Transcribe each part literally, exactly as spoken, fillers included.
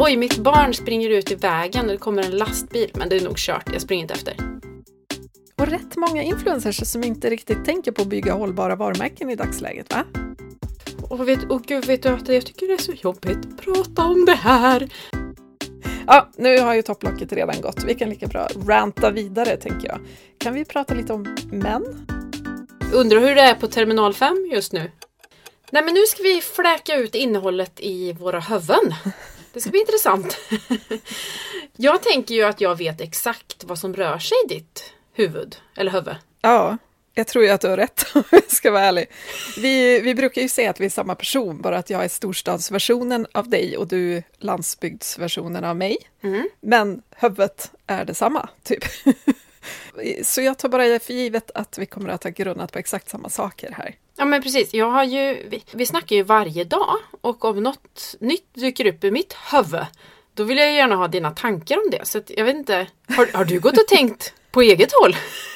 Oj, mitt barn springer ut i vägen och det kommer en lastbil. Men det är nog kört, jag springer inte efter. Och rätt många influencers som inte riktigt tänker på att bygga hållbara varumärken i dagsläget, va? Och, vet, och gud, vet du att jag tycker det är så jobbigt. Prata om det här. Ja, nu har ju topplocket redan gått. Vi kan lika bra ranta vidare, tänker jag. Kan vi prata lite om män? Undrar hur det är på terminal fem just nu. Nej, men nu ska vi fläka ut innehållet i våra huvuden. Det ska bli intressant. Jag tänker ju att jag vet exakt vad som rör sig i ditt huvud, eller huvud. Ja, jag tror ju att du har rätt, om jag ska vara ärlig. Vi, vi brukar ju säga att vi är samma person, bara att jag är storstadsversionen av dig och du landsbygdsversionen av mig. Mm. Men huvudet är detsamma, typ. Så jag tar bara för givet att vi kommer att ha grundat på exakt samma saker här. Ja, men precis. Jag har ju, vi, vi snackar ju varje dag, och om något nytt dyker upp i mitt huvud, då vill jag gärna ha dina tankar om det. Så att, jag vet inte, har, har du gått och tänkt på eget håll?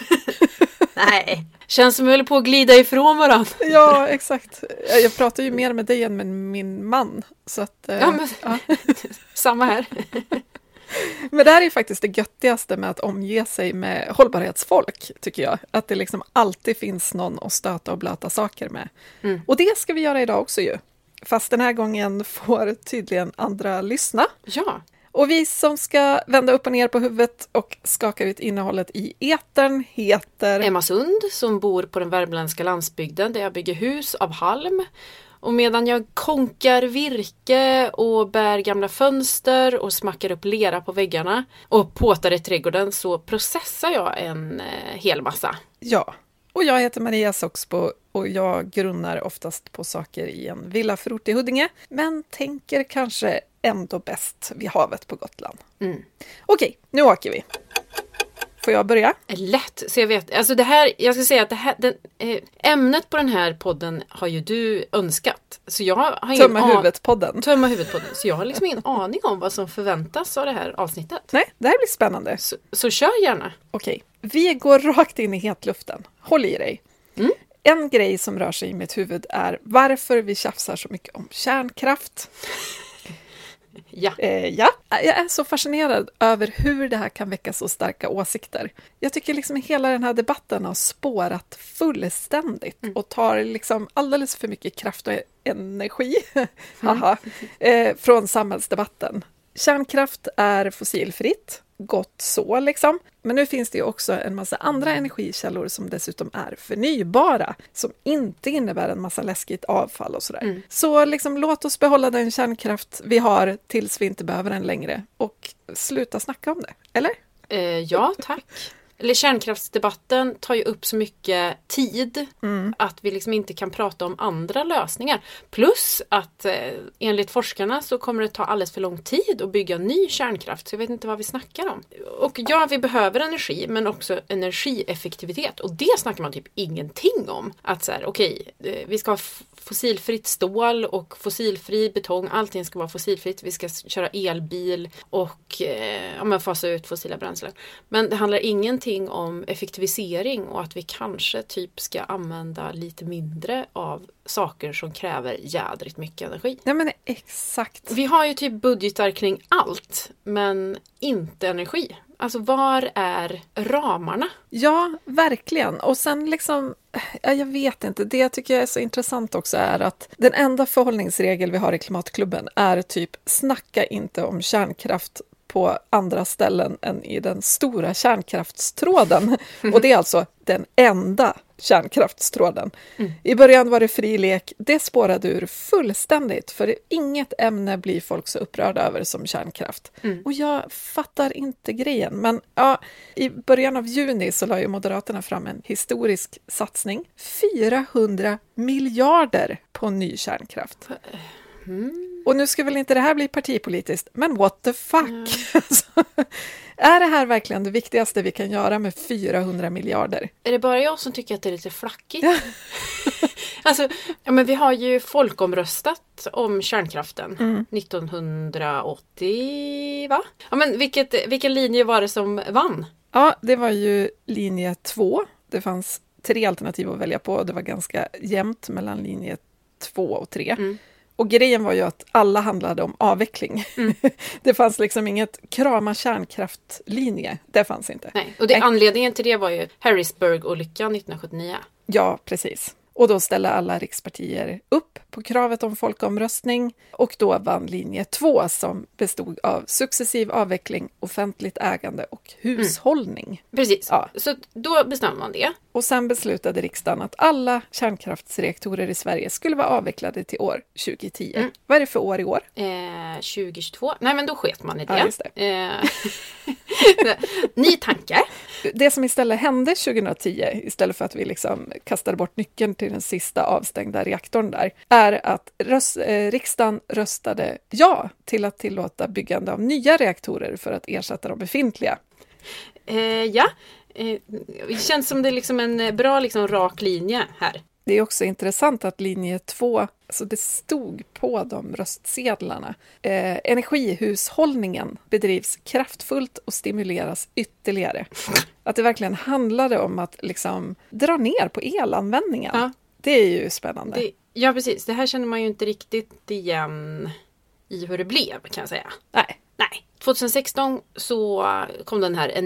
Nej. Känns som vi håller på att glida ifrån varandra. Ja, exakt. Jag pratar ju mer med dig än med min man. Så att, ja, men, ja. Samma här. Men det här är faktiskt det göttigaste med att omge sig med hållbarhetsfolk, tycker jag. Att det liksom alltid finns någon att stöta och blöta saker med. Mm. Och det ska vi göra idag också ju. Fast den här gången får tydligen andra lyssna. Ja. Och vi som ska vända upp och ner på huvudet och skaka ut innehållet i etern heter Emma Sund, som bor på den värmländska landsbygden där jag bygger hus av halm. Och medan jag konkar virke och bär gamla fönster och smackar upp lera på väggarna och påtar i trädgården, så processar jag en eh, hel massa. Ja, och jag heter Maria Soxbo och jag grunnar oftast på saker i en villaförort i Huddinge, men tänker kanske ändå bäst vid havet på Gotland. Mm. Okej, nu åker vi. Får jag börja? Lätt, så jag vet. Alltså det här, jag ska säga att det här, den, eh, ämnet på den här podden har ju du önskat. Så jag har ingen Tömma huvudet-podden. Tömma huvudet-podden. Så jag har liksom ingen aning om vad som förväntas av det här avsnittet. Nej, det här blir spännande. Så, så kör gärna. Okej, vi går rakt in i hetluften. Håll i dig. Mm. En grej som rör sig i mitt huvud är varför vi tjafsar så mycket om kärnkraft. Ja. Eh, ja, jag är så fascinerad över hur det här kan väcka så starka åsikter. Jag tycker liksom hela den här debatten har spårat fullständigt mm. och tar liksom alldeles för mycket kraft och energi mm. eh, från samhällsdebatten. Kärnkraft är fossilfritt, gott så liksom. Men nu finns det ju också en massa andra energikällor som dessutom är förnybara, som inte innebär en massa läskigt avfall och sådär. Mm. Så liksom låt oss behålla den kärnkraft vi har tills vi inte behöver den längre och sluta snacka om det, eller? Eh, ja, tack. Eller kärnkraftsdebatten tar ju upp så mycket tid mm. att vi liksom inte kan prata om andra lösningar. Plus att eh, enligt forskarna så kommer det ta alldeles för lång tid att bygga ny kärnkraft. Så jag vet inte vad vi snackar om. Och ja, vi behöver energi, men också energieffektivitet. Och det snackar man typ ingenting om. Att så här, okej, okay, vi ska ha fossilfritt stål och fossilfri betong. Allting ska vara fossilfritt. Vi ska köra elbil och eh, ja, men fasa ut fossila bränslen. Men det handlar ingenting om effektivisering och att vi kanske typ ska använda lite mindre av saker som kräver jädrigt mycket energi. Ja, men exakt. Vi har ju typ budgetar kring allt, men inte energi. Alltså var är ramarna? Ja, verkligen. Och sen liksom, ja, jag vet inte, det jag tycker är så intressant också är att den enda förhållningsregel vi har i Klimatklubben är typ snacka inte om kärnkraft på andra ställen än i den stora kärnkraftstråden. Mm. Och det är alltså den enda kärnkraftstråden. Mm. I början var det fri lek. Det spårade ur fullständigt. För inget ämne blir folk så upprörda över som kärnkraft. Mm. Och jag fattar inte grejen. Men ja, i början av juni så la ju Moderaterna fram en historisk satsning. fyrahundra miljarder på ny kärnkraft. Mm. Och nu ska väl inte det här bli partipolitiskt, men what the fuck? Mm. Alltså, är det här verkligen det viktigaste vi kan göra med fyrahundra miljarder? Är det bara jag som tycker att det är lite flackigt? Alltså, ja, men vi har ju folkomröstat om kärnkraften mm. nittonhundraåttio, va? Ja, men vilket, vilken linje var det som vann? Ja, det var ju linje två. Det fanns tre alternativ att välja på. Det var ganska jämnt mellan linje två och tre. Mm. Och grejen var ju att alla handlade om avveckling. Mm. Det fanns liksom inget krama kärnkraftlinje. Det fanns inte. Nej, och det, anledningen till det var ju Harrisburg-olyckan nittonhundrasjuttionio. Ja, precis. Och då ställde alla rikspartier upp på kravet om folkomröstning och då vann linje två som bestod av successiv avveckling, offentligt ägande och hushållning. Mm. Precis, ja. Så då bestämde man det. Och sen beslutade riksdagen att alla kärnkraftsreaktorer i Sverige skulle vara avvecklade till år tjugohundratio. Mm. Vad är det för år i år? Eh, tjugohundratjugotvå. Nej, men då sket man i det. Ja, just det. Eh, ny tanke. Det som istället hände tjugohundratio, istället för att vi liksom kastade bort nyckeln till den sista avstängda reaktorn där, är att röst, eh, riksdagen röstade ja till att tillåta byggande av nya reaktorer för att ersätta de befintliga. Eh, ja, eh, det känns som det är liksom en bra liksom, rak linje här. Det är också intressant att linje två, alltså det stod på de röstsedlarna. Eh, energihushållningen bedrivs kraftfullt och stimuleras ytterligare. Att det verkligen handlade om att liksom dra ner på elanvändningen. Ja. Det är ju spännande. Det, ja, precis. Det här känner man ju inte riktigt igen i hur det blev, kan jag säga. Nej. Nej. tjugohundrasexton så kom den här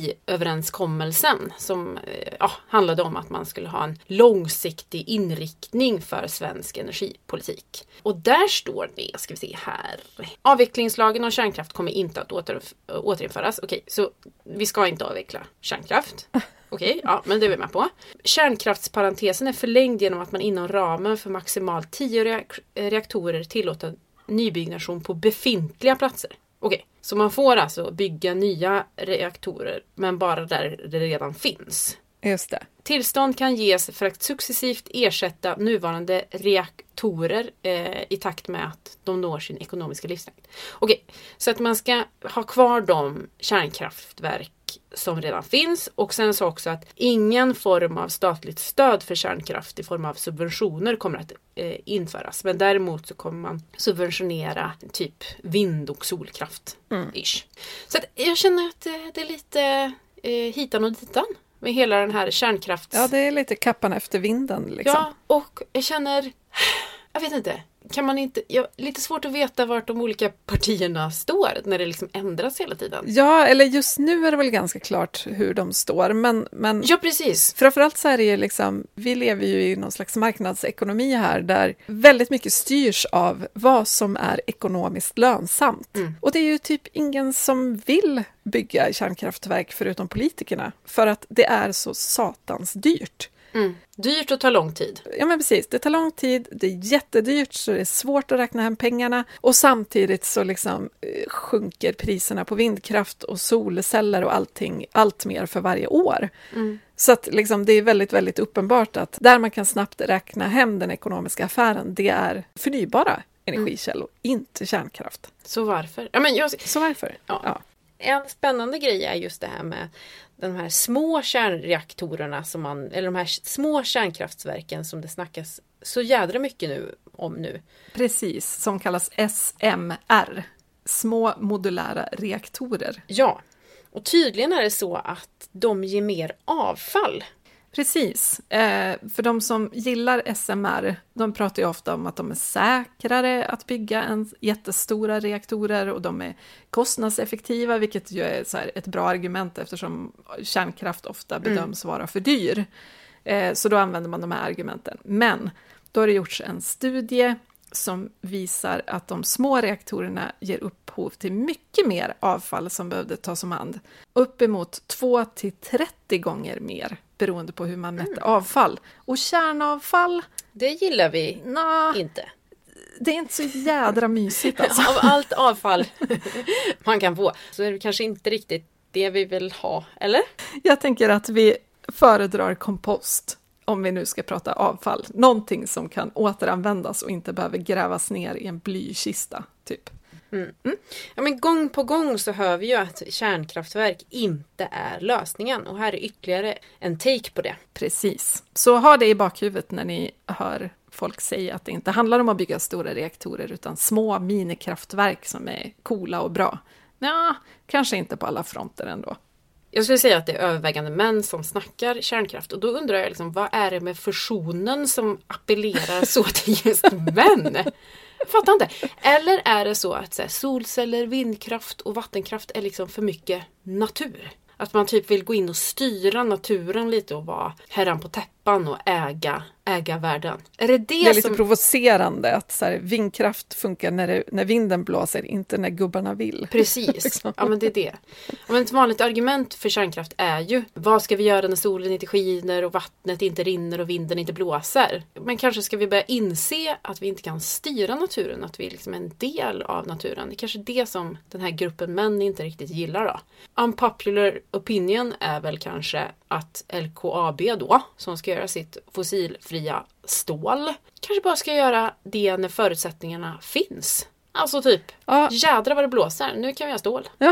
energiöverenskommelsen som ja, handlade om att man skulle ha en långsiktig inriktning för svensk energipolitik. Och där står det, ska vi se här, avvecklingslagen av kärnkraft kommer inte att åter, återinföras. Okej, så vi ska inte avveckla kärnkraft. Okej, ja, men det är vi med på. Kärnkraftsparentesen är förlängd genom att man inom ramen för maximalt tio reak- reaktorer tillåter nybyggnation på befintliga platser. Okej, så man får alltså bygga nya reaktorer, men bara där det redan finns. Just det. Tillstånd kan ges för att successivt ersätta nuvarande reaktorer eh, i takt med att de når sin ekonomiska livslängd. Okej, så att man ska ha kvar de kärnkraftverk som redan finns, och sen så också att ingen form av statligt stöd för kärnkraft i form av subventioner kommer att eh, införas. Men däremot så kommer man subventionera typ vind- och solkraft. Mm. Ish. Så att jag känner att det, det är lite eh, hitan och ditan med hela den här kärnkrafts... Ja, det är lite kappan efter vinden liksom. Ja, och jag känner... Jag vet inte. Kan man inte... Ja, lite svårt att veta vart de olika partierna står när det liksom ändras hela tiden. Ja, eller just nu är det väl ganska klart hur de står. Men, men ja, precis. Framförallt så är det ju liksom... Vi lever ju i någon slags marknadsekonomi här där väldigt mycket styrs av vad som är ekonomiskt lönsamt. Mm. Och det är ju typ ingen som vill bygga kärnkraftverk förutom politikerna. För att det är så satans dyrt. Mm. Dyrt och tar lång tid. Ja, men precis. Det tar lång tid, det är jättedyrt, så det är svårt att räkna hem pengarna. Och samtidigt så liksom eh, sjunker priserna på vindkraft och solceller och allting allt mer för varje år. Mm. Så att liksom, det är väldigt, väldigt uppenbart att där man kan snabbt räkna hem den ekonomiska affären, det är förnybara energikällor, mm. inte kärnkraft. Så varför? Ja, men jag... Så varför? Ja. Ja. En spännande grej är just det här med de här små kärnreaktorerna som man, eller de här små kärnkraftverken som det snackas så jädra mycket nu om nu. Precis, som kallas S M R, små modulära reaktorer. Ja, och tydligen är det så att de ger mer avfall. Precis, eh, för de som gillar S M R, de pratar ju ofta om att de är säkrare att bygga än jättestora reaktorer och de är kostnadseffektiva, vilket ju är så här ett bra argument eftersom kärnkraft ofta bedöms mm. vara för dyr. Eh, så då använder man de här argumenten. Men då har det gjorts en studie som visar att de små reaktorerna ger upphov till mycket mer avfall som behövde tas om hand. Uppemot två till trettio gånger mer beroende på hur man mätte mm. avfall. Och kärnavfall... Det gillar vi na, inte. Det är inte så jädra mysigt alltså. Av allt avfall man kan få så är det kanske inte riktigt det vi vill ha, eller? Jag tänker att vi föredrar kompost. Om vi nu ska prata avfall. Någonting som kan återanvändas och inte behöver grävas ner i en blykista, typ. Mm. Mm. Ja, men gång på gång så hör vi ju att kärnkraftverk inte är lösningen. Och här är ytterligare en take på det. Precis. Så ha det i bakhuvudet när ni hör folk säga att det inte handlar om att bygga stora reaktorer utan små minikraftverk som är coola och bra. Ja, kanske inte på alla fronter ändå. Jag skulle säga att det är övervägande män som snackar kärnkraft. Och då undrar jag liksom, vad är det med fusionen som appellerar så till just män? Jag fattar inte. Eller är det så att så här, solceller, vindkraft och vattenkraft är liksom för mycket natur? Att man typ vill gå in och styra naturen lite och vara herran på täppan och äga, äga världen. Är det det, det är lite som... provocerande att så här, vindkraft funkar när, det, när vinden blåser, inte när gubbarna vill. Precis, liksom. Ja men det är det. Men ett vanligt argument för kärnkraft är ju, vad ska vi göra när solen inte skiner och vattnet inte rinner och vinden inte blåser? Men kanske ska vi börja inse att vi inte kan styra naturen, att vi liksom är en del av naturen. Det är kanske det som den här gruppen män inte riktigt gillar då. Unpopular opinion är väl kanske att L K A B då, som ska göra sitt fossilfria stål, kanske bara ska göra det när förutsättningarna finns. Alltså typ, ja. Jädra vad det blåser, nu kan vi ha stål. Ja.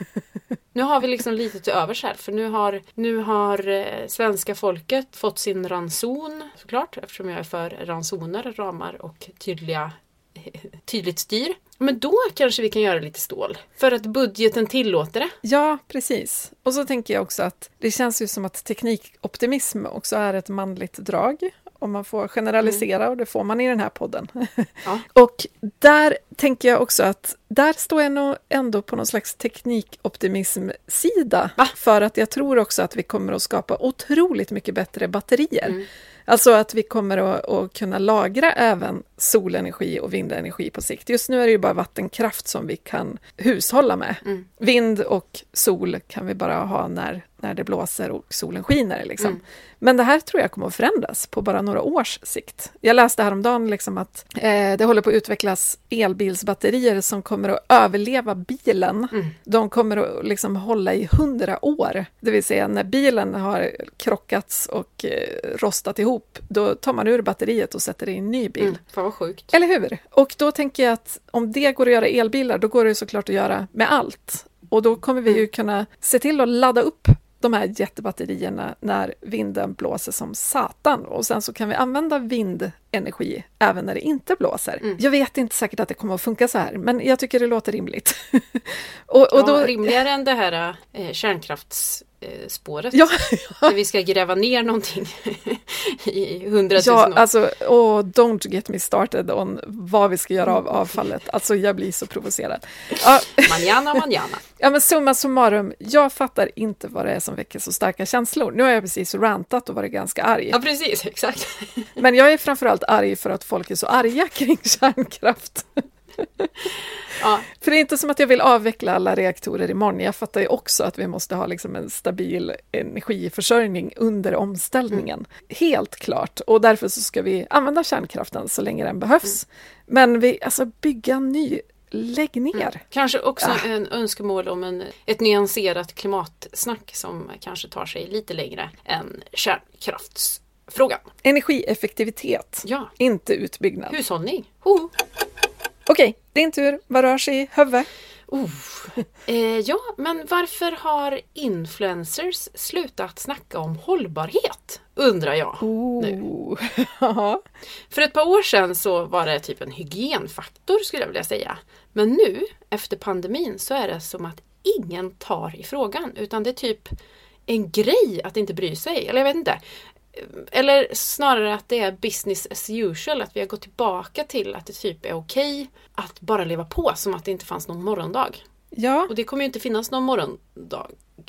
Nu har vi liksom lite till övers här, för nu har, nu har eh, svenska folket fått sin ranson, såklart, eftersom jag är för ransoner, ramar och tydliga, tydligt styr. Men då kanske vi kan göra lite stål, för att budgeten tillåter det. Ja, precis. Och så tänker jag också att det känns ju som att teknikoptimism också är ett manligt drag. Om man får generalisera, mm. och det får man i den här podden. Ja. Och där tänker jag också att där står jag nog ändå på någon slags teknikoptimism-sida. Va? För att jag tror också att vi kommer att skapa otroligt mycket bättre batterier. Mm. Alltså att vi kommer att, att kunna lagra även solenergi och vindenergi på sikt. Just nu är det ju bara vattenkraft som vi kan hushålla med. Mm. Vind och sol kan vi bara ha när, när det blåser och solen skiner. Liksom. Mm. Men det här tror jag kommer att förändras på bara några års sikt. Jag läste häromdagen liksom att eh, det håller på att utvecklas elbilsbatterier som kommer att överleva bilen. Mm. De kommer att liksom hålla i hundra år. Det vill säga när bilen har krockats och eh, rostat ihop, då tar man ur batteriet och sätter det i en ny bil. Mm, fan vad sjukt. Eller hur? Och då tänker jag att om det går att göra elbilar, då går det såklart att göra med allt. Och då kommer vi ju kunna se till att ladda upp de här jättebatterierna när vinden blåser som satan. Och sen så kan vi använda vindenergi även när det inte blåser. Mm. Jag vet inte säkert att det kommer att funka så här, men jag tycker det låter rimligt. och, och då... ja, rimligare än det här eh, kärnkraftsspåret. Ja, ja. Där vi ska gräva ner någonting i hundratusen ja, år. Alltså, oh, don't get me started on vad vi ska göra av avfallet. Alltså jag blir så provocerad. Ja. Manjana, manjana. Ja, men summa summarum, jag fattar inte vad det är som väcker så starka känslor. Nu har jag precis rantat och varit ganska arg. Ja, precis, exakt. Men jag är framförallt arg för att folk är så arga kring kärnkraft. Ja. För det är inte som att jag vill avveckla alla reaktorer imorgon. Jag fattar ju också att vi måste ha liksom en stabil energiförsörjning under omställningen. Mm. Helt klart. Och därför så ska vi använda kärnkraften så länge den behövs. Mm. Men vi, alltså bygga ny, lägg ner. Mm. Kanske också ja. en önskemål om en, ett nyanserat klimatsnack som kanske tar sig lite längre än kärnkraftsfrågan. Energieffektivitet, ja. Inte utbyggnad. Hushållning. Ho. Okej, din tur. Vad rör sig i huvudet? Oh. Eh, ja, men varför har influencers slutat snacka om hållbarhet? Undrar jag oh. nu. För ett par år sedan så var det typ en hygienfaktor skulle jag vilja säga. Men nu, efter pandemin, så är det som att ingen tar i frågan. Utan det är typ en grej att inte bry sig. Eller jag vet inte. Eller snarare att det är business as usual. Att vi har gått tillbaka till att det typ är okej att bara leva på som att det inte fanns någon morgondag. Ja. Och det kommer ju inte finnas någon morgondag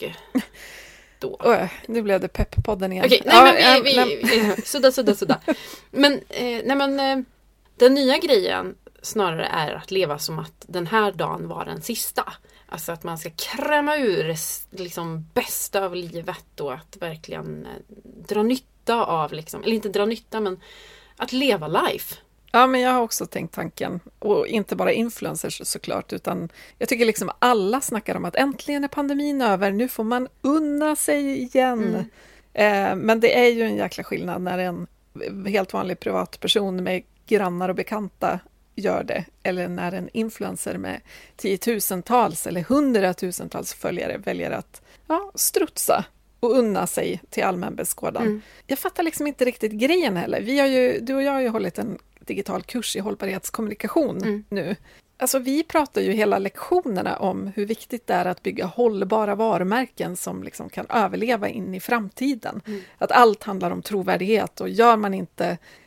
då. Oh, nu blev det pepp-podden igen. Okej, nej ja, men vi, vi, vi sudda, sudda, sudda. Men, eh, nej men eh, den nya grejen snarare är att leva som att den här dagen var den sista. Alltså att man ska kräma ur liksom bästa av livet och att verkligen eh, dra nytta av, liksom, eller inte dra nytta men att leva life. Ja, men jag har också tänkt tanken. Och inte bara influencers såklart, utan jag tycker liksom alla snackar om att äntligen är pandemin över, nu får man unna sig igen. Mm. Eh, men det är ju en jäkla skillnad när en helt vanlig privatperson med grannar och bekanta gör det, eller när en influencer med tiotusentals eller hundratusentals följare väljer att ja, strutsa och unna sig till allmän beskådan. Mm. Jag fattar liksom inte riktigt grejen heller. Vi har ju, du och jag har ju hållit en digital kurs i hållbarhetskommunikation mm. nu. Alltså vi pratar ju hela lektionerna om hur viktigt det är att bygga hållbara varumärken som liksom kan överleva in i framtiden. Mm. Att allt handlar om trovärdighet och gör man inte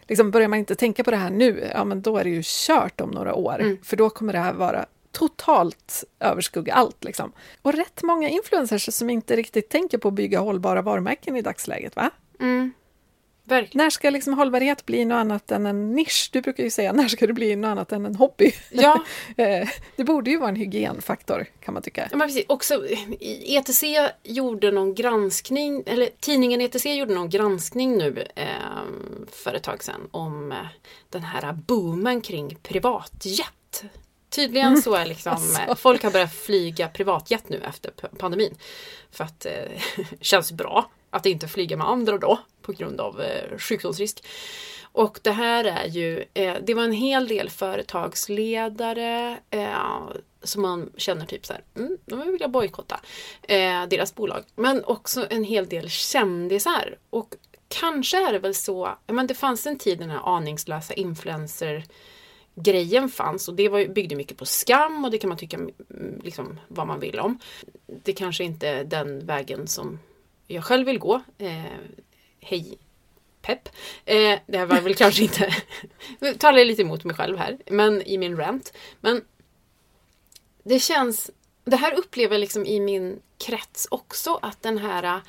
liksom börjar man inte tänka på det här nu, ja men då är det ju kört om några år. Mm. För då kommer det här vara totalt överskugga allt liksom. Och rätt många influencers som inte riktigt tänker på att bygga hållbara varumärken i dagsläget, va? Mm. Verkligen. När ska liksom hållbarhet bli något annat än en nisch? Du brukar ju säga, när ska det bli något annat än en hobby? Ja. Det borde ju vara en hygienfaktor, kan man tycka. Ja, men precis. Också, E T C gjorde någon granskning, eller tidningen E T C gjorde någon granskning nu eh, för ett tag sedan om eh, den här boomen kring privatjet. Tydligen mm, så är liksom, alltså. folk har börjat flyga privatjet nu efter pandemin. För att det eh, känns bra att inte flyga med andra då på grund av eh, sjukdomsrisk. Och det här är ju, eh, det var en hel del företagsledare eh, som man känner typ så här, mm, de vill jag bojkotta eh, deras bolag. Men också en hel del kändisar. Och kanske är det väl så, men det fanns en tid den här aningslösa influencer grejen fanns och det var, byggde mycket på skam och det kan man tycka liksom, vad man vill om. Det kanske inte är den vägen som jag själv vill gå. Eh, hej pepp. Eh, det här var väl kanske inte nu talar jag lite emot mig själv här, men i min rant. Men det känns, det här upplever jag liksom i min krets också, att den här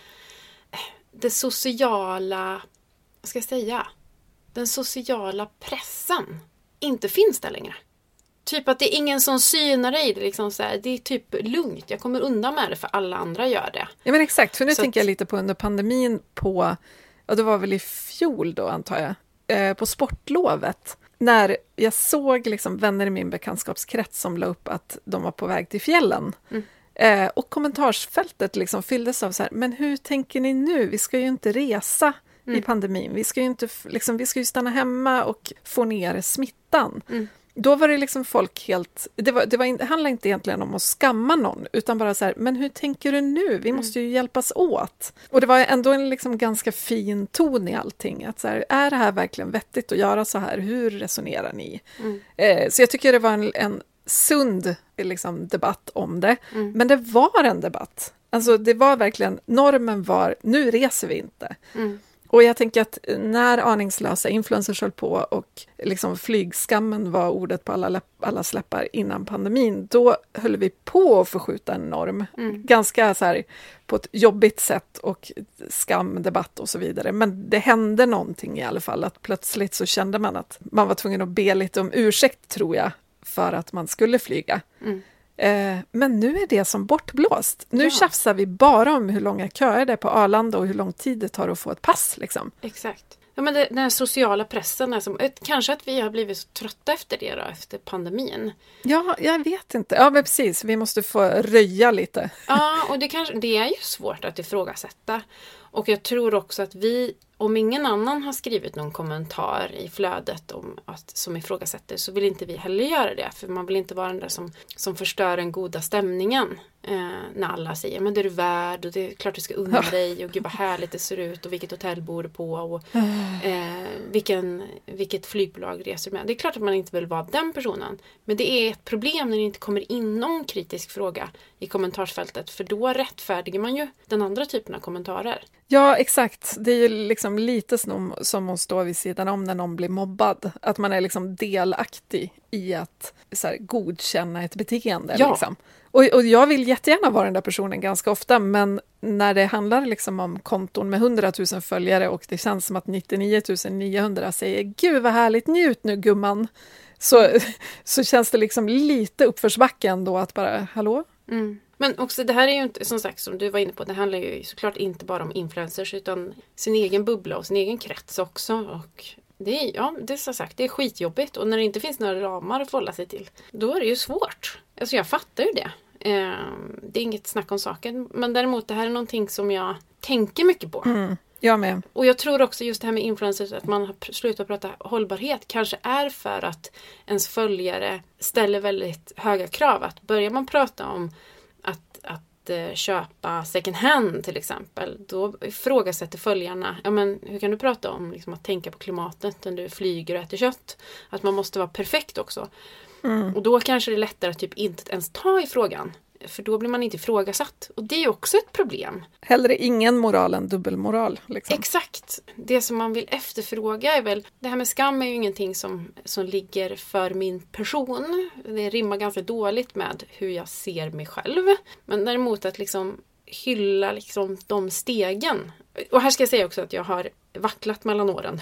det sociala, vad ska jag säga, den sociala pressen inte finns där längre. Typ att det är ingen som synar dig. Det är, liksom så här, det är typ lugnt. Jag kommer undan med det för alla andra gör det. Ja men exakt, för nu så tänker att... jag lite på under pandemin på, ja det var väl i fjol då antar jag, eh, på sportlovet. När jag såg liksom vänner i min bekantskapskrets som la upp att de var på väg till fjällen. Mm. Eh, och kommentarsfältet liksom fylldes av så här, men hur tänker ni nu? Vi ska ju inte resa mm. i pandemin. Vi ska ju inte, liksom, vi ska ju stanna hemma och få ner smittan. Mm. Då var det liksom folk helt, det, var, det, var, det handlade inte egentligen om att skamma någon, utan bara så här, men hur tänker du nu? Vi måste ju hjälpas åt. Och det var ändå en liksom ganska fin ton i allting. Att så här, är det här verkligen vettigt att göra så här? Hur resonerar ni? Mm. Eh, så jag tycker det var en, en sund liksom, debatt om det. Mm. Men det var en debatt. Alltså det var verkligen, normen var, nu reser vi inte. Mm. Och jag tänker att när aningslösa influencers höll på och liksom flygskammen var ordet på alla, alla släppar innan pandemin, då höll vi på att förskjuta en norm. Mm. Ganska så här på ett jobbigt sätt och skamdebatt och så vidare. Men det hände någonting i alla fall, att plötsligt så kände man att man var tvungen att be lite om ursäkt, tror jag, för att man skulle flyga. Mm. Men nu är det som bortblåst. Nu ja. tjafsar vi bara om hur långa köer det är på Arlanda och hur lång tid det tar att få ett pass. Liksom. Exakt. Ja, men det, den här sociala pressen, är som, kanske att vi har blivit så trötta efter det då, efter pandemin. Ja, jag vet inte. Ja, men precis. Vi måste få röja lite. Ja, och det, kanske, det är ju svårt att ifrågasätta. Och jag tror också att vi, om ingen annan har skrivit någon kommentar i flödet om att, som ifrågasätter, så vill inte vi heller göra det. För man vill inte vara den där som, som förstör den goda stämningen. Eh, när alla säger, men det är du värd och det är klart du ska unna dig och gud vad härligt det ser ut och vilket hotell bor du på och eh, vilken, vilket flygbolag reser med. Det är klart att man inte vill vara den personen. Men det är ett problem när det inte kommer in någon kritisk fråga i kommentarsfältet. För då rättfärdigar man ju den andra typen av kommentarer. Ja, exakt. Det är ju liksom lite som, som att stå vid sidan om när någon blir mobbad. Att man är liksom delaktig i att så här, godkänna ett beteende. Ja. Liksom. Och, och jag vill jättegärna vara den där personen ganska ofta, men när det handlar liksom om konton med hundratusen följare och det känns som att nittionio tusen niohundra säger gud vad härligt, njut nu gumman, så, så känns det liksom lite uppförsbacke ändå att bara, hallå? Mm. Men också det här är ju inte, som sagt, som du var inne på, det handlar ju såklart inte bara om influencers utan sin egen bubbla och sin egen krets också. Och det är, ja, det är så sagt, det är skitjobbigt och när det inte finns några ramar att förhålla sig till, då är det ju svårt. Alltså jag fattar ju det. Eh, det är inget snack om saken, men däremot det här är någonting som jag tänker mycket på. Mm. Jag med. Och jag tror också just det här med influencers, att man har slutat prata hållbarhet kanske är för att ens följare ställer väldigt höga krav. Att börjar man prata om att, att eh, köpa second hand till exempel, då ifrågasätter följarna, ja men hur kan du prata om liksom, att tänka på klimatet när du flyger och äter kött? Att man måste vara perfekt också. Mm. Och då kanske det är lättare att typ inte ens ta i frågan. För då blir man inte ifrågasatt. Och det är också ett problem. Hellre ingen moral än dubbelmoral. Liksom. Exakt. Det som man vill efterfråga är väl... Det här med skam är ju ingenting som, som ligger för min person. Det rimmar ganska dåligt med hur jag ser mig själv. Men däremot att liksom hylla liksom de stegen. Och här ska jag säga också att jag har vacklat mellan åren.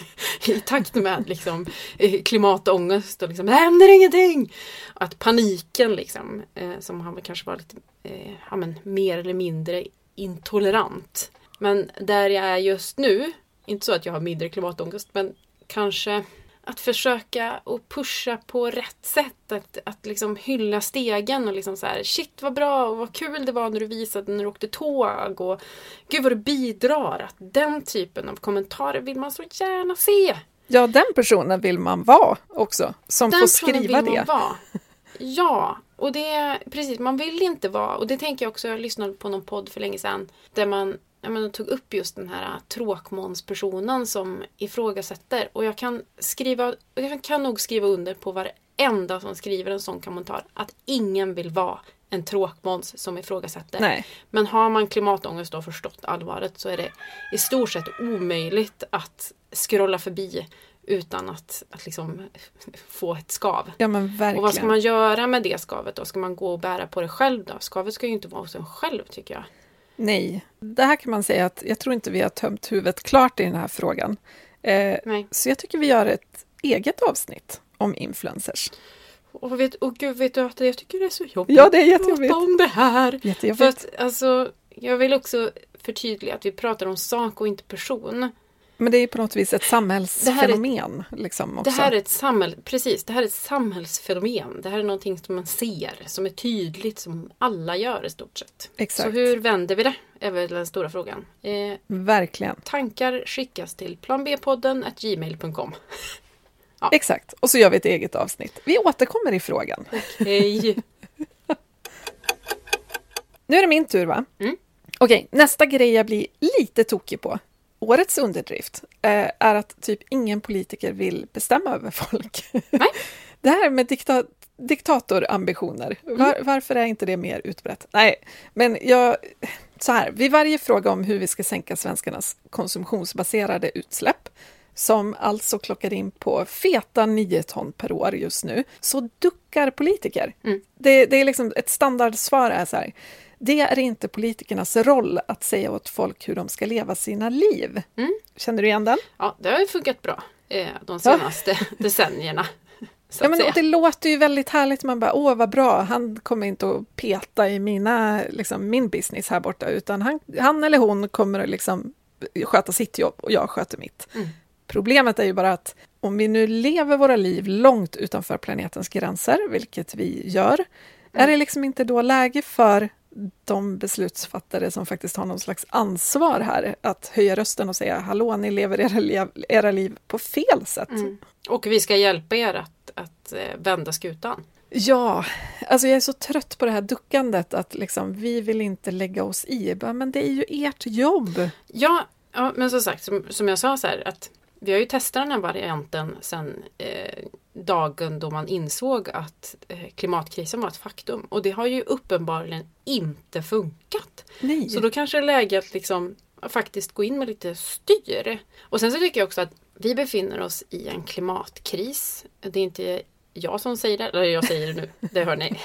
I takt med liksom, klimatångest och liksom, det händer ingenting. Att paniken liksom, eh, som har kanske varit lite, eh, ja, men, mer eller mindre intolerant. Men där jag är just nu, inte så att jag har mindre klimatångest, men kanske att försöka och pusha på rätt sätt. Att, att liksom hylla stegen och liksom så här, shit vad bra och vad kul det var när du visade när du åkte tåg. Och gud vad du bidrar. Att den typen av kommentarer vill man så gärna se. Ja, den personen vill man vara också. Som den får skriva vill man det. Vara. Ja, och det precis, man vill inte vara. Och det tänker jag också, jag lyssnade på någon podd för länge sedan. Där man jag menar, tog upp just den här tråkmånspersonen som ifrågasätter. Och jag kan skriva, jag kan nog skriva under på varenda som skriver en sån kommentar. Att ingen vill vara en tråkmåns som ifrågasätter. Nej. Men har man klimatångest och förstått allvaret så är det i stort sett omöjligt att scrolla förbi utan att, att liksom få ett skav. Ja, men verkligen. Och vad ska man göra med det skavet då? Ska man gå och bära på det själv då? Skavet ska ju inte vara hos en själv, tycker jag. Nej, det här kan man säga att jag tror inte vi har tömt huvudet klart i den här frågan. Eh, Nej. Så jag tycker vi gör ett eget avsnitt om influencers. Och, vet, och gud, vet du att jag tycker det är så jobbigt ja, det är jättejobbigt. att prata om det här. Jättejobbigt. För att, alltså, jag vill också förtydliga att vi pratar om sak och inte person. Men det är på något vis ett samhällsfenomen. Det här är, liksom också. Det här är ett samhäll, precis, det här är ett samhällsfenomen. Det här är någonting som man ser, som är tydligt, som alla gör i stort sett. Exakt. Så hur vänder vi det? Är väl den stora frågan. Eh, Verkligen. Tankar skickas till planbpodden at gmail punkt com. Ja. Exakt, och så gör vi ett eget avsnitt. Vi återkommer i frågan. Okej. Nu är det min tur, va? Mm. Okej, nästa grej jag blir lite tokig på. Årets underdrift eh, är att typ ingen politiker vill bestämma över folk. Nej. Det här med dikta- diktatorambitioner, var, Mm. varför är inte det mer utbrett? Nej, men jag... Så här, vid varje fråga om hur vi ska sänka svenskarnas konsumtionsbaserade utsläpp, som alltså klockar in på feta nio ton per år just nu, så duckar politiker. Mm. Det, det är liksom ett standardsvar är så här, det är inte politikernas roll att säga åt folk hur de ska leva sina liv. Mm. Känner du igen den? Ja, det har ju funkat bra eh, de senaste ja. decennierna. Så ja, men, att och det låter ju väldigt härligt. Man bara, åh vad bra, han kommer inte att peta i mina, liksom, min business här borta, utan han, han eller hon kommer att liksom sköta sitt jobb och jag sköter mitt. Mm. Problemet är ju bara att om vi nu lever våra liv långt utanför planetens gränser, vilket vi gör, mm. är det liksom inte då läge för de beslutsfattare som faktiskt har någon slags ansvar här att höja rösten och säga, hallå, ni lever era, liv, era liv på fel sätt. Mm. Och vi ska hjälpa er att, att vända skutan. Ja, alltså jag är så trött på det här duckandet att liksom, vi vill inte lägga oss i. Men det är ju ert jobb. Ja, ja men som sagt, som, som jag sa så här, att vi har ju testat den här varianten sedan eh, dagen då man insåg att eh, klimatkrisen var ett faktum. Och det har ju uppenbarligen inte funkat. Nej. Så då kanske det är läge att liksom faktiskt gå in med lite styr. Och sen så tycker jag också att vi befinner oss i en klimatkris. Det är inte jag som säger det, eller jag säger det nu, det hör ni.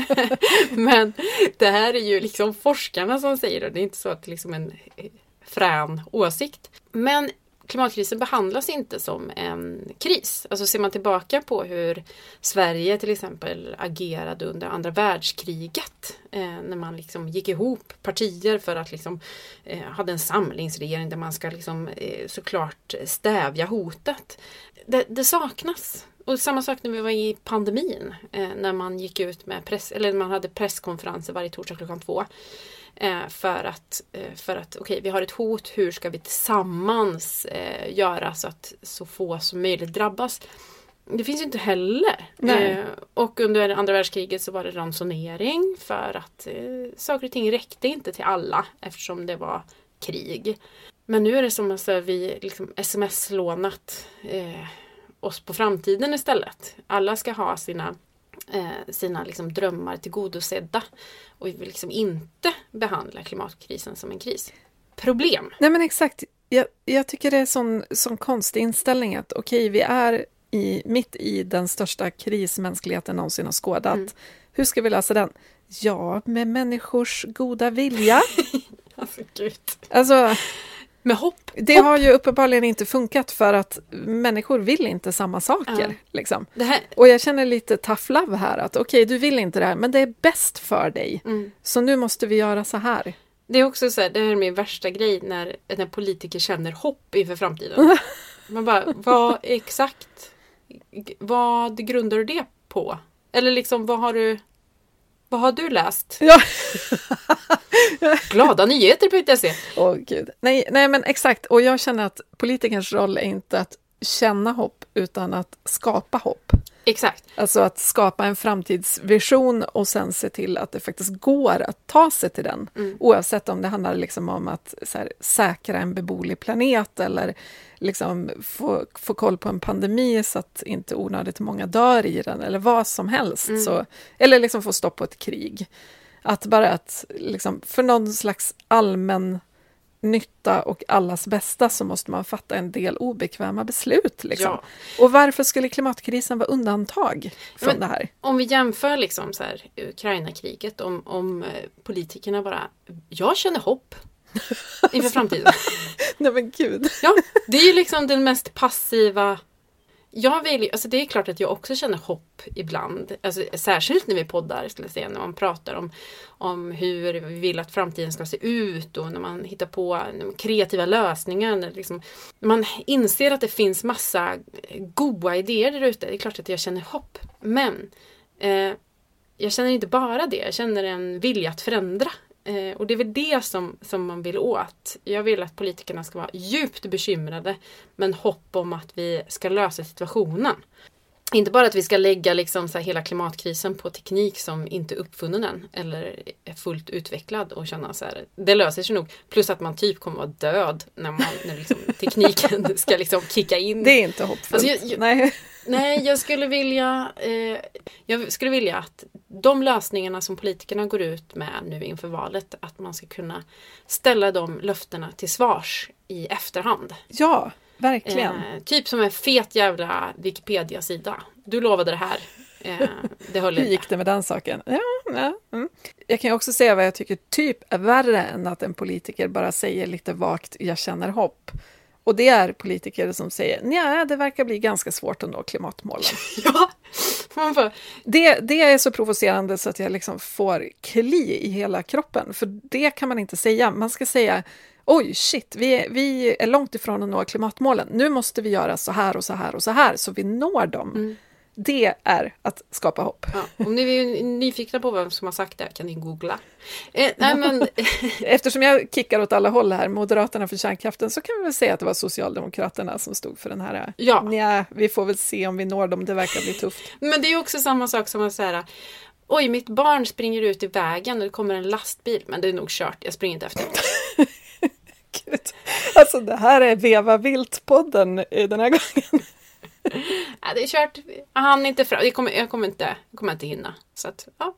Men det här är ju liksom forskarna som säger det. Det är inte så att det är liksom en frän åsikt. Men klimatkrisen behandlas inte som en kris. Alltså ser man tillbaka på hur Sverige till exempel agerade under andra världskriget. Eh, när man liksom gick ihop partier för att liksom eh, hade en samlingsregering där man ska liksom eh, såklart stävja hotet. Det, det saknas. Och samma sak när vi var i pandemin. Eh, när man gick ut med press, eller man hade presskonferenser varje torsdag klockan två. Eh, för att, eh, för att okej, okay, vi har ett hot, hur ska vi tillsammans eh, göra så att så få som möjligt drabbas? Det finns ju inte heller. Eh, och under andra världskriget så var det ransonering för att eh, saker och ting räckte inte till alla eftersom det var krig. Men nu är det som att vi liksom sms-lånat eh, oss på framtiden istället. Alla ska ha sina eh, sina liksom, drömmar tillgodosedda. Och vi vill liksom inte behandla klimatkrisen som en kris. Problem. Nej men exakt. Jag, jag tycker det är sån, sån konstig inställning att okej, okay, vi är i, mitt i den största kris mänskligheten någonsin har skådat. Mm. Hur ska vi lösa den? Ja, med människors goda vilja. Alltså, gud. Alltså, med hopp. Det hopp. har ju uppenbarligen inte funkat för att människor vill inte samma saker. Ja. Liksom. Det här... Och jag känner lite tough love här. Att okej, okay, du vill inte det här, men det är bäst för dig. Mm. Så nu måste vi göra så här. Det är också så här, det här är min värsta grej när, när politiker känner hopp inför framtiden. Man bara, vad exakt, vad grundar du det på? Eller liksom, vad har du, vad har du läst? Ja. Glada nyheter på se. Åh gud. Nej, nej, men exakt. Och jag känner att politikerns roll är inte att känna hopp, utan att skapa hopp. Exakt. Alltså att skapa en framtidsvision och sen se till att det faktiskt går att ta sig till den. Mm. Oavsett om det handlar liksom om att så här, säkra en beboelig planet eller liksom få, få koll på en pandemi så att inte onödigt många dör i den eller vad som helst. Mm. Så, eller liksom få stopp på ett krig. Att bara att liksom, för någon slags allmän nytta och allas bästa så måste man fatta en del obekväma beslut. Liksom. Ja. Och varför skulle klimatkrisen vara undantag från Men, det här? Om vi jämför liksom så här, Ukraina-kriget, om, om politikerna bara, jag känner hopp inför framtiden. Nej men gud. Ja, det är ju liksom den mest passiva. Jag vill, alltså det är klart att jag också känner hopp ibland. Alltså, särskilt när vi poddar, skulle jag säga, när man pratar om, om hur vi vill att framtiden ska se ut och när man hittar på kreativa lösningar. När liksom, man inser att det finns massa goda idéer där ute. Det är klart att jag känner hopp. Men eh, jag känner inte bara det. Jag känner en vilja att förändra. Eh, och det är väl det som, som man vill åt. Jag vill att politikerna ska vara djupt bekymrade, men hopp om att vi ska lösa situationen. Inte bara att vi ska lägga liksom så här hela klimatkrisen på teknik som inte är uppfunnen än eller är fullt utvecklad och känna så här, det löser sig nog. Plus att man typ kommer vara död när, man, när liksom tekniken ska liksom kicka in. Det är inte hoppfullt. Alltså jag, jag, nej. nej, jag skulle vilja eh, jag skulle vilja att de lösningarna som politikerna går ut med nu inför valet, att man ska kunna ställa de löftena till svars i efterhand. Ja, verkligen. Eh, typ som en fet jävla Wikipedia-sida. Du lovade det här. Eh, det höll Hur gick det med den saken? Ja, ja. Mm. Jag kan ju också säga vad jag tycker typ är värre än att en politiker bara säger lite vagt, jag känner hopp. Och det är politiker som säger, nej, det verkar bli ganska svårt att nå klimatmålen. Ja, man får... det, det är så provocerande så att jag liksom får kli i hela kroppen. För det kan man inte säga. Man ska säga, oj shit, vi är, vi är långt ifrån att nå klimatmålen. Nu måste vi göra så här och så här och så här så vi når dem. Mm. Det är att skapa hopp. Ja, om ni är nyfikna på vem som har sagt det kan ni googla. Eh, nej, men... Eftersom jag kickar åt alla håll här, Moderaterna för kärnkraften, så kan vi väl säga att det var Socialdemokraterna som stod för den här. Ja. Nja, vi får väl se om vi når dem, det verkar bli tufft. Men det är också samma sak som att säga, oj, mitt barn springer ut i vägen och det kommer en lastbil, men det är nog kört, jag springer inte efter. Gud. Alltså det här är Veva Vilt-podden den här gången. Ja, det är kört. Han är inte fram. Jag kommer, jag kommer inte, jag kommer inte hinna. Så att, ja.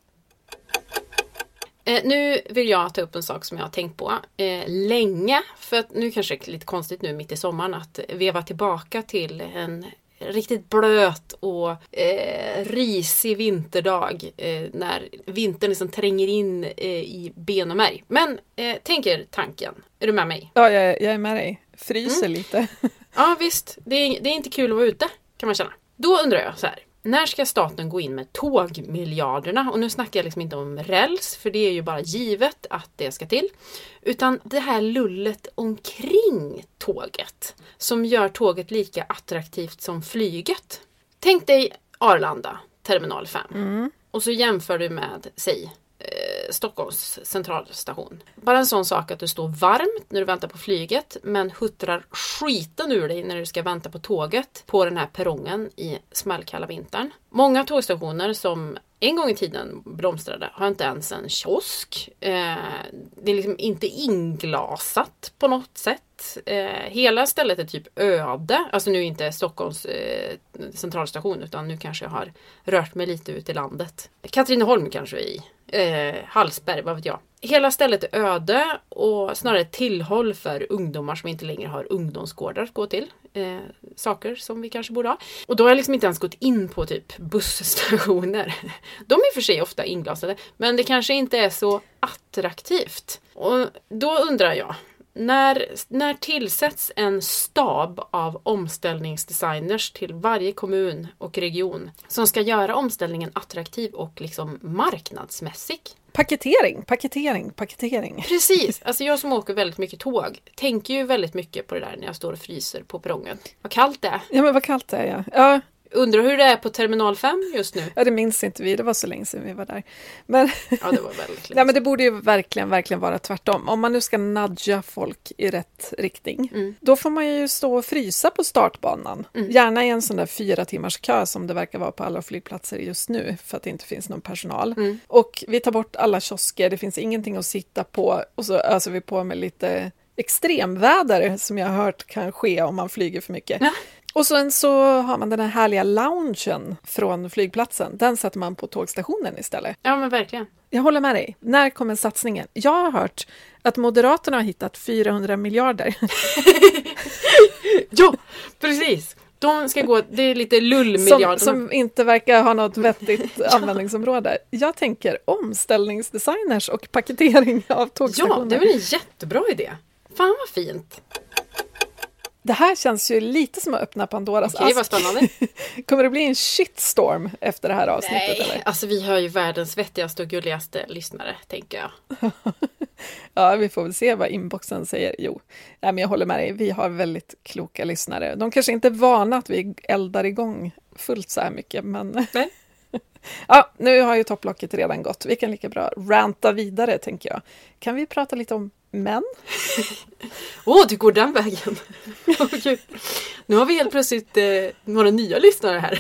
Eh, nu vill jag ta upp en sak som jag har tänkt på eh, länge. För att nu kanske det är lite konstigt nu mitt i sommaren att veva tillbaka till en riktigt blöt och eh, risig vinterdag eh, när vintern liksom tränger in eh, i ben och märg. Men eh, tänk er tanken. Är du med mig? Ja, jag, jag är med dig. Fryser mm. lite. Ja, visst. Det är, det är inte kul att vara ute, kan man känna. Då undrar jag så här. När ska staten gå in med tågmiljarderna? Och nu snackar jag liksom inte om räls, för det är ju bara givet att det ska till. Utan det här lullet omkring tåget som gör tåget lika attraktivt som flyget. Tänk dig Arlanda, terminal fem. Mm. Och så jämför du med, säg, eh, Stockholms centralstation. Bara en sån sak att du står varmt när du väntar på flyget, men huttrar skiten ur dig när du ska vänta på tåget på den här perrongen i smällkalla vintern. Många tågstationer som en gång i tiden blomstrade har inte ens en kiosk. Eh, det är liksom inte inglasat på något sätt. Eh, hela stället är typ öde. Alltså nu är inte Stockholms eh, centralstation utan nu kanske jag har rört mig lite ut i landet. Katrineholm kanske i. Eh, Hallsberg, vad vet jag. Hela stället är öde och snarare tillhåll för ungdomar som inte längre har ungdomsgårdar att gå till. Eh, saker som vi kanske borde ha. Och då har jag liksom inte ens gått in på typ busstationer. De är för sig ofta inglasade, men det kanske inte är så attraktivt. Och då undrar jag, När, när tillsätts en stab av omställningsdesigners till varje kommun och region som ska göra omställningen attraktiv och liksom marknadsmässig? Paketering, paketering, paketering. Precis, alltså jag som åker väldigt mycket tåg tänker ju väldigt mycket på det där när jag står och fryser på perrongen. Vad kallt det är. Ja, men vad kallt det är, ja. ja. Undrar hur det är på terminal fem just nu. Ja, det minns inte vi. Det var så länge sedan vi var där. Men, ja, det var väldigt nej, men det borde ju verkligen, verkligen vara tvärtom. Om man nu ska nudga folk i rätt riktning, mm. då får man ju stå och frysa på startbanan. Mm. Gärna i en sån där fyra timmars kö som det verkar vara på alla flygplatser just nu för att det inte finns någon personal. Mm. Och vi tar bort alla kiosker. Det finns ingenting att sitta på. Och så öser vi på med lite extremväder som jag har hört kan ske om man flyger för mycket. Ja. Och sen så har man den här härliga loungen från flygplatsen. Den sätter man på tågstationen istället. Ja, men verkligen. Jag håller med dig. När kommer satsningen? Jag har hört att Moderaterna har hittat fyrahundra miljarder. Ja, precis. De ska gå, det är lite lullmiljarder. Som, som inte verkar ha något vettigt ja. användningsområde. Jag tänker omställningsdesigners och paketering av tågstationer. Ja, det är väl en jättebra idé. Fan vad fint. Det här känns ju lite som att öppna Pandoras Okej, vad spännande. Kommer det bli en shitstorm efter det här avsnittet? Nej, eller? Alltså vi har ju världens vettigaste och gulligaste lyssnare, tänker jag. Ja, vi får väl se vad inboxen säger. Jo, nej, men jag håller med dig. Vi har väldigt kloka lyssnare. De kanske inte är vana att vi eldar igång fullt så här mycket, men... Nej. Ja, nu har ju topplocket redan gått. Vi kan lika bra ranta vidare, tänker jag. Kan vi prata lite om män? Åh, oh, du går den vägen. Okay. Nu har vi helt plötsligt eh, några nya lyssnare här.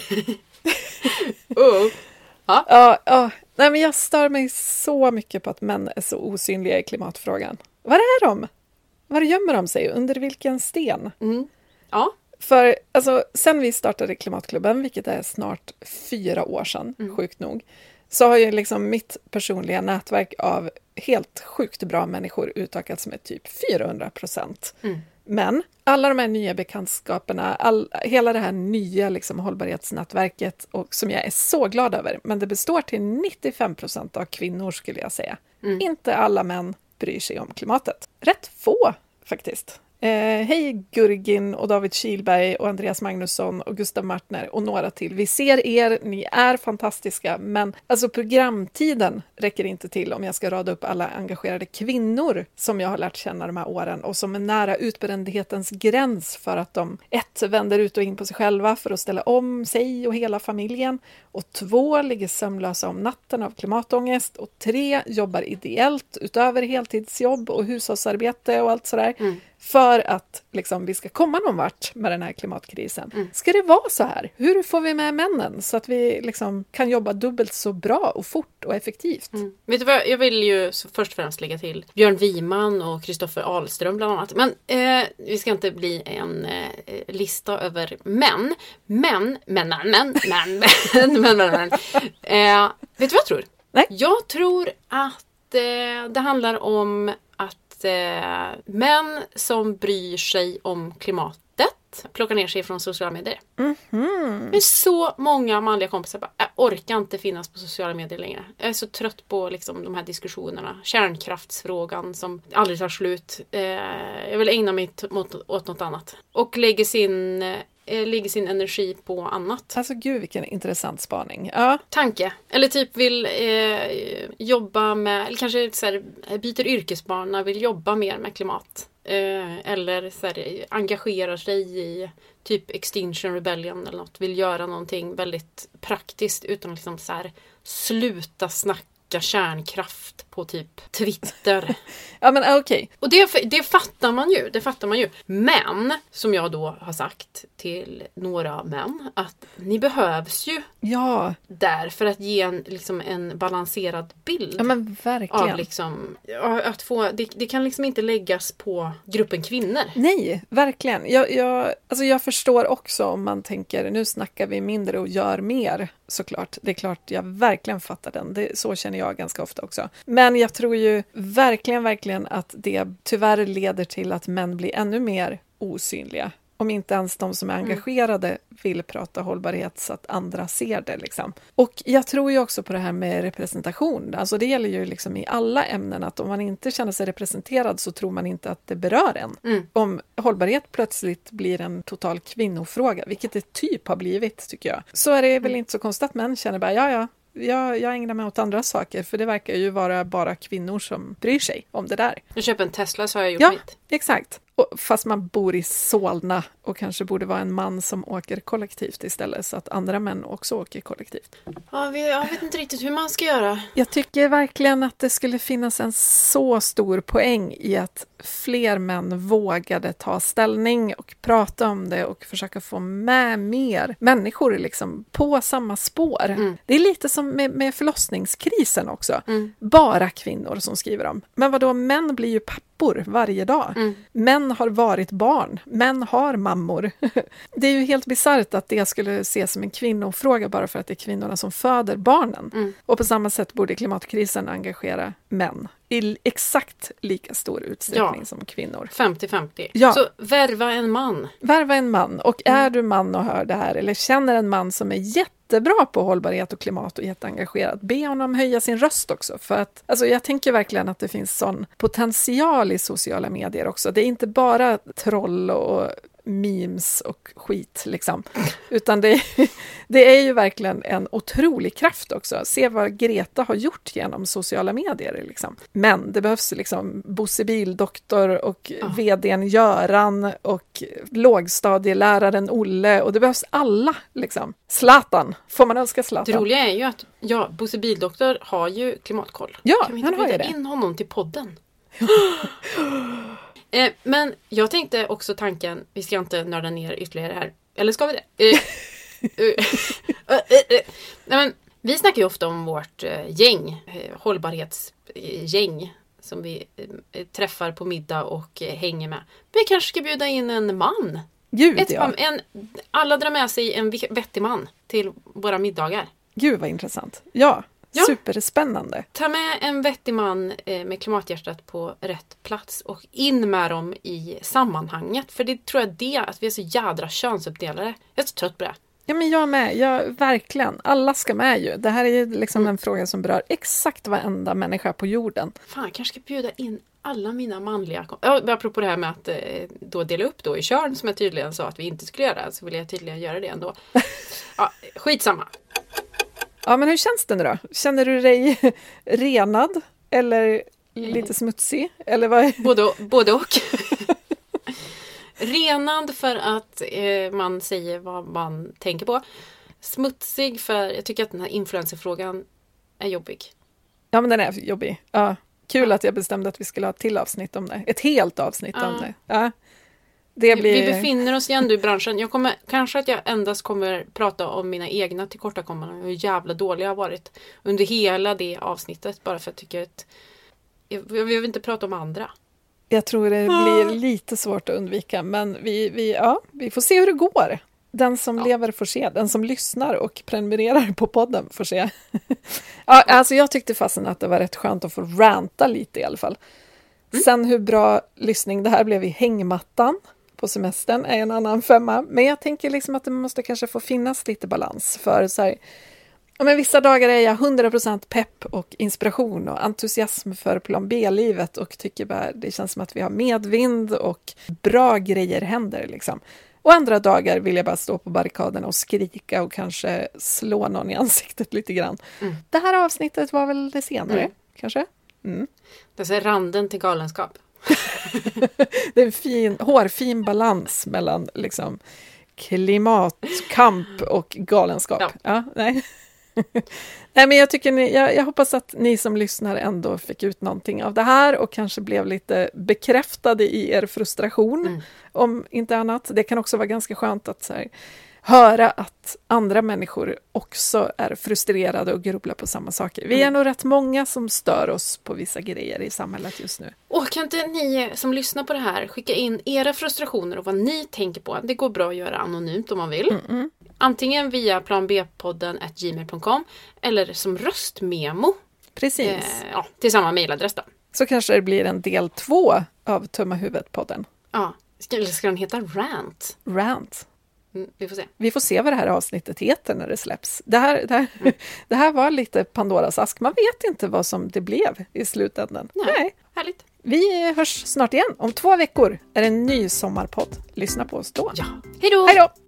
oh. ja. Ja, ja. Nej, men jag stör mig så mycket på att män är så osynliga i klimatfrågan. Var är de? Var gömmer de sig? Under vilken sten? Mm. Ja. För alltså, sen vi startade Klimatklubben, vilket är snart fyra år sedan, mm. sjukt nog, så har ju liksom mitt personliga nätverk av helt sjukt bra människor utökats med typ fyrahundra procent. Mm. Men alla de här nya bekantskaperna, all, hela det här nya liksom hållbarhetsnätverket, och som jag är så glad över, men det består till nittiofem procent av kvinnor skulle jag säga. Mm. Inte alla män bryr sig om klimatet. Rätt få faktiskt. Eh, hej Gurgin och David Kihlberg och Andreas Magnusson och Gustav Martner och några till. Vi ser er, ni är fantastiska, men alltså programtiden räcker inte till om jag ska rada upp alla engagerade kvinnor som jag har lärt känna de här åren och som är nära utbrändhetens gräns för att de ett vänder ut och in på sig själva för att ställa om sig och hela familjen, och två ligger sömnlösa om natten av klimatångest, och tre jobbar ideellt utöver heltidsjobb och hushållsarbete och allt sådär. Mm. För att liksom, vi ska komma någon vart med den här klimatkrisen. Mm. Ska det vara så här? Hur får vi med männen så att vi liksom, kan jobba dubbelt så bra och fort och effektivt? Mm. Vet du vad, jag vill ju först och främst lägga till Björn Wiman och Kristoffer Ahlström bland annat. Men eh, vi ska inte bli en eh, lista över män. Men, men, men, men, men, men, men, men, men. Eh, vet du vad jag tror? Nej. Jag tror att eh, det handlar om att män som bryr sig om klimatet plockar ner sig från sociala medier. Mm-hmm. Det är så många manliga kompisar bara, jag orkar inte finnas på sociala medier längre. Jag är så trött på liksom, de här diskussionerna. Kärnkraftsfrågan som aldrig tar slut. Eh, jag vill ägna mig t- mot, åt något annat. Och lägger sin, eh, lägger sin energi på annat. Alltså gud, vilken intressant spaning. Ja. Tanke. Eller typ vill eh, jobba med, eller kanske så här, byter yrkesbana, vill jobba mer med klimat. Eh, eller så här, engagerar sig i typ Extinction Rebellion eller något. Vill göra någonting väldigt praktiskt utan att liksom så här, sluta snacka nyttja kärnkraft på typ Twitter. Ja, men okej. Okay. Och det, det fattar man ju, det fattar man ju. Men, som jag då har sagt till några män, att ni behövs ju ja. där för att ge en, liksom en balanserad bild. Ja, men verkligen. Av liksom, att få, det, det kan liksom inte läggas på gruppen kvinnor. Nej, verkligen. Jag, jag, alltså jag förstår också om man tänker, nu snackar vi mindre och gör mer, såklart. Det är klart, jag verkligen fattar den. Det, så känner jag ganska ofta också. Men jag tror ju verkligen, verkligen att det tyvärr leder till att män blir ännu mer osynliga. Om inte ens de som är engagerade mm. vill prata hållbarhet så att andra ser det. Liksom. Och jag tror ju också på det här med representation. Alltså det gäller ju liksom i alla ämnen att om man inte känner sig representerad så tror man inte att det berör en. Mm. Om hållbarhet plötsligt blir en total kvinnofråga, vilket det typ har blivit tycker jag, så är det väl mm. inte så konstigt att män känner bara ja ja. Jag, jag ägnar mig åt andra saker, för det verkar ju vara bara kvinnor som bryr sig om det där. Jag köper en Tesla så har jag gjort ja, mitt. Exakt. Och fast man bor i Solna och kanske borde vara en man som åker kollektivt istället så att andra män också åker kollektivt. Ja, vi, jag vet inte riktigt hur man ska göra. Jag tycker verkligen att det skulle finnas en så stor poäng i att fler män vågade ta ställning och prata om det och försöka få med mer människor liksom på samma spår. Mm. Det är lite som med, med förlossningskrisen också. Mm. Bara kvinnor som skriver om. Men vadå, män blir ju pappor varje dag. Mm. Män har varit barn. Män har mammor. Det är ju helt bisarrt att det skulle ses som en kvinnofråga bara för att det är kvinnorna som föder barnen. Mm. Och på samma sätt borde klimatkrisen engagera män i exakt lika stor utsträckning ja. Som kvinnor. femtio femtio. Ja. Så värva en man. Värva en man. Och är mm. du man och hör det här eller känner en man som är jättebra på hållbarhet och klimat och jätteengagerad, be honom höja sin röst också. För att, alltså jag tänker verkligen att det finns sån potential i sociala medier också. Det är inte bara troll och memes och skit liksom. Utan det, det är ju verkligen en otrolig kraft också. Se vad Greta har gjort genom sociala medier liksom. Men det behövs liksom Bosse Bildoktor och oh. vdn Göran och lågstadieläraren Olle och det behövs alla liksom. Zlatan, får man önska Zlatan? Det roliga är ju att ja, Bosse Bildoktor har ju klimatkoll. Ja, kan vi inte han har ju det. In honom till podden? Eh, men jag tänkte också tanken, vi ska inte nörda ner ytterligare här. Eller ska vi det? Eh, eh, eh, eh, eh. Nej, men, vi snackar ju ofta om vårt eh, gäng, eh, hållbarhetsgäng som vi eh, träffar på middag och eh, hänger med. Vi kanske ska bjuda in en man. Gud, Ett, ja. en, alla drar med sig en vettig man till våra middagar. Gud vad intressant. Ja. Ja. Superspännande. Ta med en vettig man eh, med klimathjärtat på rätt plats och in med dem i sammanhanget. För det tror jag det, att vi är så jädra könsuppdelare. Jag är så trött på det. Ja, men jag med. Jag, verkligen. Alla ska med ju. Det här är ju liksom mm. en fråga som berör exakt varenda människa på jorden. Fan, jag kanske ska bjuda in alla mina manliga... Ja, apropå det här med att eh, då dela upp då i kön som jag tydligen sa att vi inte skulle göra, så vill jag tydligen göra det ändå. Ja, skitsamma. Ja, men hur känns det nu då? Känner du dig renad eller lite smutsig? Eller vad? Både, både och. Renad för att eh, man säger vad man tänker på. Smutsig för jag tycker att den här influencerfrågan är jobbig. Ja, men den är jobbig. Ja, kul ja. Att jag bestämde att vi skulle ha ett till avsnitt om det. Ett helt avsnitt ja. Om det. Ja. Det blir... Vi befinner oss igen i branschen. Jag kommer, kanske att jag endast kommer prata om mina egna tillkortakommanden. Hur jävla dåliga jag har varit under hela det avsnittet. Bara för att jag tycker att jag, jag vill inte prata om andra. Jag tror det blir lite svårt att undvika. Men vi, vi, ja, vi får se hur det går. Den som ja. Lever får se. Den som lyssnar och prenumererar på podden får se. Ja, alltså jag tyckte fastän att det var rätt skönt att få ranta lite i alla fall. Mm. Sen hur bra lyssning det här blev i hängmattan på semestern är en annan femma. Men jag tänker liksom att det måste kanske få finnas lite balans. För så här, ja, men vissa dagar är jag hundra procent pepp och inspiration och entusiasm för plan B-livet. Och tycker bara det känns som att vi har medvind och bra grejer händer liksom. Och andra dagar vill jag bara stå på barrikaden och skrika och kanske slå någon i ansiktet lite grann. Mm. Det här avsnittet var väl det senare, mm. kanske? Mm. Det är randen till galenskap. Det är en fin, hårfin balans mellan liksom klimatkamp och galenskap. Ja. Ja, nej. Nej, men jag, tycker ni, jag, jag hoppas att ni som lyssnar ändå fick ut någonting av det här och kanske blev lite bekräftade i er frustration, mm. om inte annat. Det kan också vara ganska skönt att så här, höra att andra människor också är frustrerade och grubblar på samma saker. Vi är mm. nog rätt många som stör oss på vissa grejer i samhället just nu. Och kan inte ni som lyssnar på det här skicka in era frustrationer och vad ni tänker på? Det går bra att göra anonymt om man vill. Mm-mm. Antingen via planbpodden at gmail dot com eller som röstmemo. Precis. Eh, ja, till samma mejladress då. Så kanske det blir en del två av Tumma huvudet-podden. Ja, eller ska den heta Rant? Rant. Mm, vi får se. Vi får se vad det här avsnittet heter när det släpps. Det här, det här, mm. det här var lite Pandoras ask. Man vet inte vad som det blev i slutändan. Nej, Nej. Härligt. Vi hörs snart igen. Om två veckor är det en ny sommarpodd. Lyssna på oss då. Ja. Hej då! Hej då!